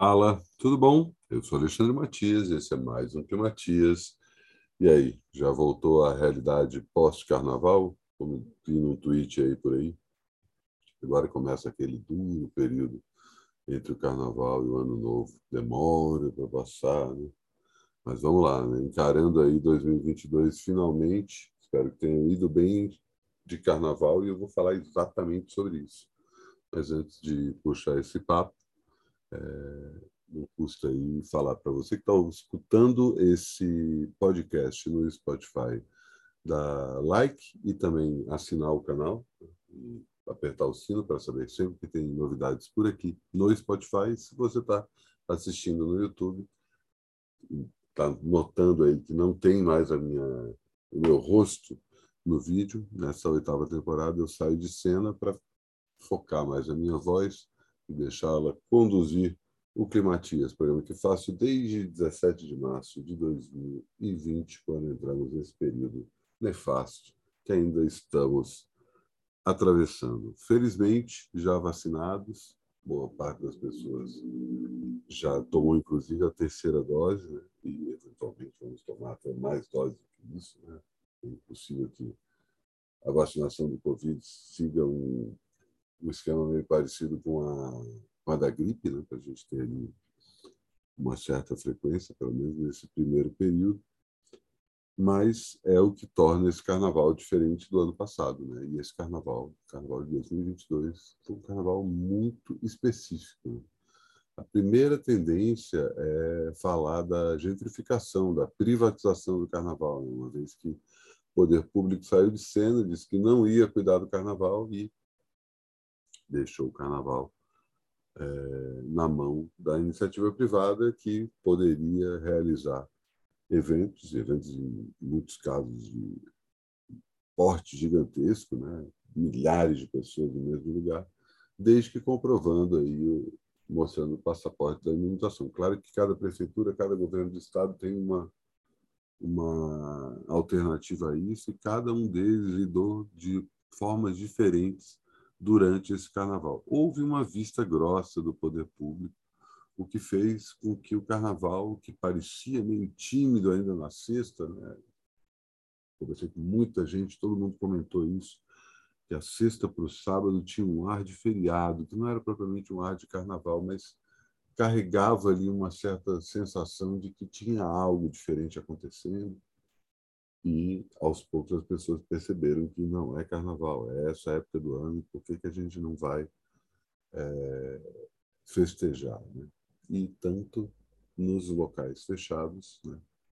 Fala, tudo bom? Eu sou Alexandre Matias, esse é mais um Climatias. E aí, já voltou à realidade pós-carnaval? Como vi num tweet aí por aí. Agora começa aquele duro período entre o carnaval e o ano novo. Demora para passar, né? Mas vamos lá, né? Encarando aí 2022 finalmente. Espero que tenham ido bem de carnaval e eu vou falar exatamente sobre isso. Mas antes de puxar esse papo, não custa aí falar para você que está escutando esse podcast no Spotify, dar like e também assinar o canal e apertar o sino para saber sempre que tem novidades por aqui no Spotify. Se você está assistindo no YouTube, está notando aí que não tem mais o meu rosto no vídeo. Nessa oitava temporada eu saio de cena para focar mais a minha voz e deixá-la conduzir o Climatias, programa que faço desde 17 de março de 2020, quando entramos nesse período nefasto que ainda estamos atravessando. Felizmente, já vacinados, boa parte das pessoas já tomou, inclusive, a terceira dose, né? E eventualmente vamos tomar até mais doses que isso, né? É impossível que a vacinação do Covid siga um esquema meio parecido com a da gripe, né, para a gente ter ali uma certa frequência, pelo menos nesse primeiro período, mas é o que torna esse carnaval diferente do ano passado, né? E esse carnaval de 2022, foi um carnaval muito específico, né? A primeira tendência é falar da gentrificação, da privatização do carnaval, né? Uma vez que o poder público saiu de cena, disse que não ia cuidar do carnaval e deixou o carnaval na mão da iniciativa privada que poderia realizar eventos em muitos casos de porte gigantesco, né? Milhares de pessoas no mesmo lugar, desde que comprovando aí, mostrando o passaporte da imunização. Claro que cada prefeitura, cada governo do estado tem uma alternativa a isso e cada um deles lidou de formas diferentes durante esse carnaval. Houve uma vista grossa do poder público, o que fez com que o carnaval, que parecia meio tímido ainda na sexta, né? Conversei com muita gente, todo mundo comentou isso, que a sexta para o sábado tinha um ar de feriado, que não era propriamente um ar de carnaval, mas carregava ali uma certa sensação de que tinha algo diferente acontecendo e, aos poucos, as pessoas perceberam que não é carnaval, é essa época do ano, por que a gente não vai festejar, né? E tanto nos locais fechados, né?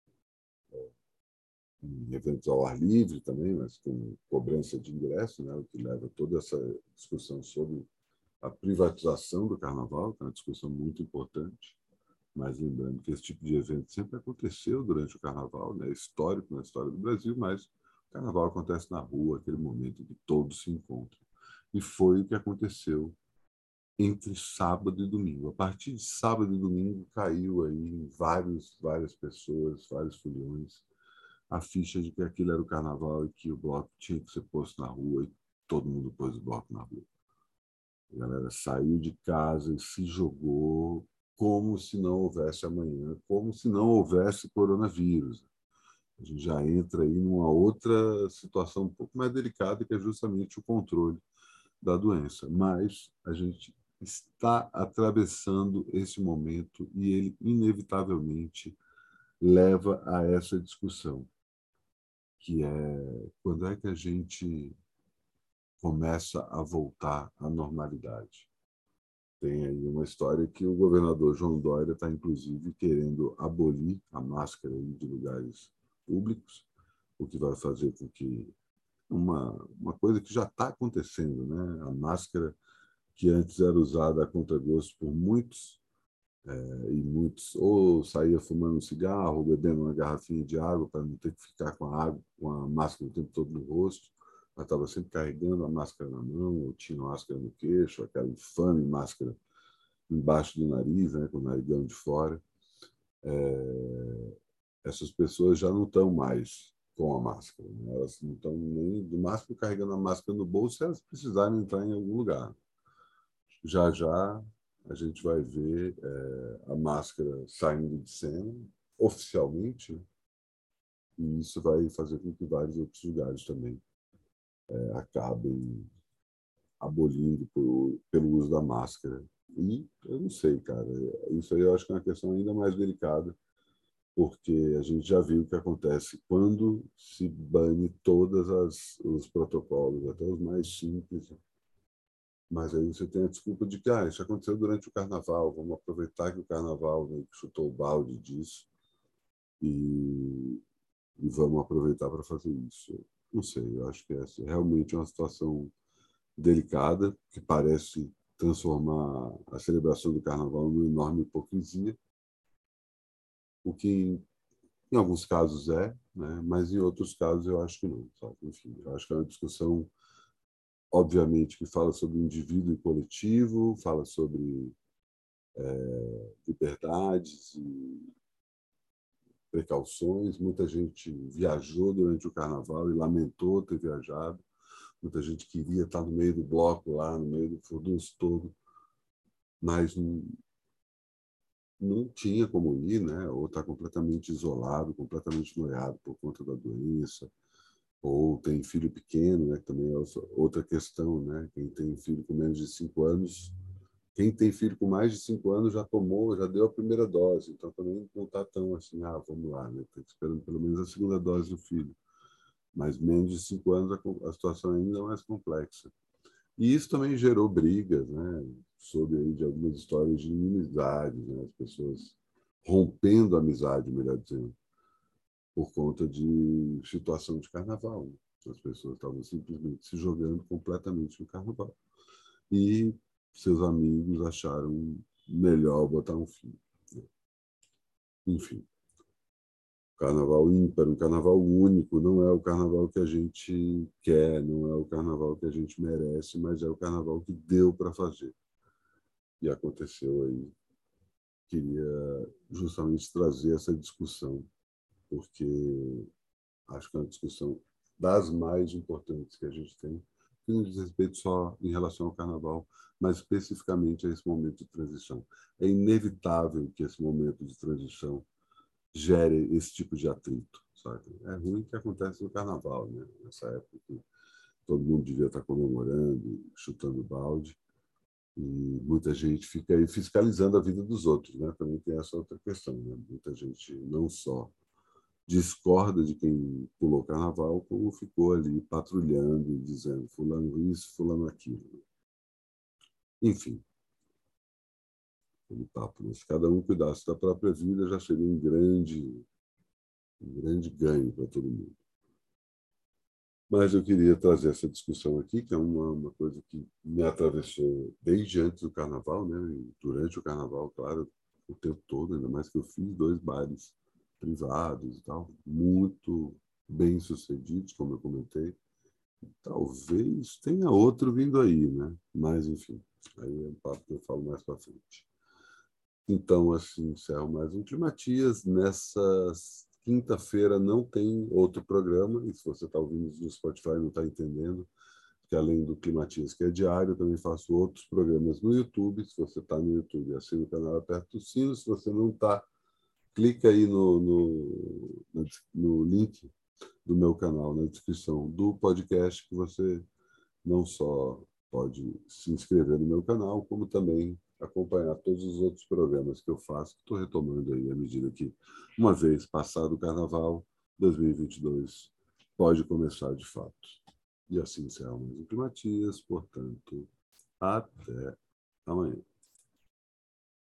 Em eventos ao ar livre também, mas com cobrança de ingresso, né? O que leva toda essa discussão sobre a privatização do carnaval, que é uma discussão muito importante, mas lembrando que esse tipo de evento sempre aconteceu durante o carnaval, né? Histórico na história do Brasil, mas o carnaval acontece na rua, aquele momento em que todos se encontram. E foi o que aconteceu entre sábado e domingo. A partir de sábado e domingo caiu aí em várias pessoas, vários foliões, a ficha de que aquilo era o carnaval e que o bloco tinha que ser posto na rua e todo mundo pôs o bloco na rua. A galera saiu de casa e se jogou como se não houvesse amanhã, como se não houvesse coronavírus. A gente já entra aí numa outra situação um pouco mais delicada, que é justamente o controle da doença. Mas a gente está atravessando esse momento e ele, inevitavelmente, leva a essa discussão, que é quando é que a gente começa a voltar à normalidade. Tem aí uma história que o governador João Dória está, inclusive, querendo abolir a máscara de lugares públicos, o que vai fazer com que uma coisa que já está acontecendo, né? A máscara que antes era usada a contragosto por muitos, e muitos ou saía fumando um cigarro, ou bebendo uma garrafinha de água para não ter que ficar com a água, com a máscara o tempo todo no rosto, mas estava sempre carregando a máscara na mão, ou tinha máscara no queixo, aquela infame máscara embaixo do nariz, né, com o narigão de fora. Essas pessoas já não estão mais com a máscara, né? Elas não estão nem do máximo carregando a máscara no bolso se elas precisarem entrar em algum lugar. Já já a gente vai ver a máscara saindo de cena, oficialmente, né? E isso vai fazer com que vários outros lugares também acabem abolindo pelo uso da máscara. E eu não sei, cara, isso aí eu acho que é uma questão ainda mais delicada, porque a gente já viu o que acontece quando se bane todos os protocolos, até os mais simples. Mas aí você tem a desculpa de que isso aconteceu durante o carnaval, vamos aproveitar que o carnaval, né, chutou o balde disso e, e vamos aproveitar para fazer isso. Não sei, eu acho que essa é realmente uma situação delicada, que parece transformar a celebração do carnaval numa enorme hipocrisia, o que em alguns casos né? Mas em outros casos eu acho que não. Sabe? Enfim, eu acho que é uma discussão, obviamente, que fala sobre o indivíduo e coletivo, fala sobre liberdades e precauções. Muita gente viajou durante o carnaval e lamentou ter viajado. Muita gente queria estar no meio do bloco lá, no meio do furdunço todo, mas não tinha como ir, né? Ou está completamente isolado, completamente noiado por conta da doença, ou tem filho pequeno, né? Que também é outra questão, né? Quem tem filho com menos de 5 anos, quem tem filho com mais de 5 anos já tomou, já deu a primeira dose, então também não está tão assim, vamos lá, né? Tem que esperando pelo menos a segunda dose do filho. Mas menos de 5 anos a situação é ainda mais complexa. E isso também gerou brigas, né? Sobre aí de algumas histórias de inimizade, né? As pessoas rompendo a amizade, melhor dizendo, por conta de situação de carnaval. As pessoas estavam simplesmente se jogando completamente no carnaval. E seus amigos acharam melhor botar um fim. Enfim, carnaval ímpar, um carnaval único, não é o carnaval que a gente quer, não é o carnaval que a gente merece, mas é o carnaval que deu para fazer. E aconteceu aí. Queria justamente trazer essa discussão, porque acho que é uma discussão das mais importantes que a gente tem, que não diz respeito só em relação ao carnaval, mas especificamente a esse momento de transição. É inevitável que esse momento de transição gere esse tipo de atrito, sabe? É ruim que acontece no carnaval, né? Nessa época que todo mundo devia estar comemorando, chutando balde, e muita gente fica aí fiscalizando a vida dos outros, né? Também tem essa outra questão, né? Muita gente não só discorda de quem pulou carnaval, como ficou ali patrulhando e dizendo fulano isso, fulano aquilo. Enfim, aquele papo, né? Se cada um cuidasse da própria vida, já seria um grande ganho para todo mundo. Mas eu queria trazer essa discussão aqui, que é uma coisa que me atravessou desde antes do carnaval, né? E durante o carnaval, claro, o tempo todo, ainda mais que eu fiz 2 bailes privados e tal, muito bem sucedidos, como eu comentei. Talvez tenha outro vindo aí, né? Mas, enfim, aí é um papo que eu falo mais para frente. Então, assim, encerro mais um Climatias. Nessa quinta-feira não tem outro programa, e se você está ouvindo no Spotify e não está entendendo, que além do Climatias, que é diário, eu também faço outros programas no YouTube. Se você está no YouTube, assina o canal, aperta o sino. Se você não está, clica aí no link do meu canal, na descrição do podcast, que você não só pode se inscrever no meu canal, como também acompanhar todos os outros programas que eu faço, que estou retomando aí à medida que, uma vez passado o Carnaval, 2022 pode começar de fato. E assim encerramos o Climatias, portanto, até amanhã.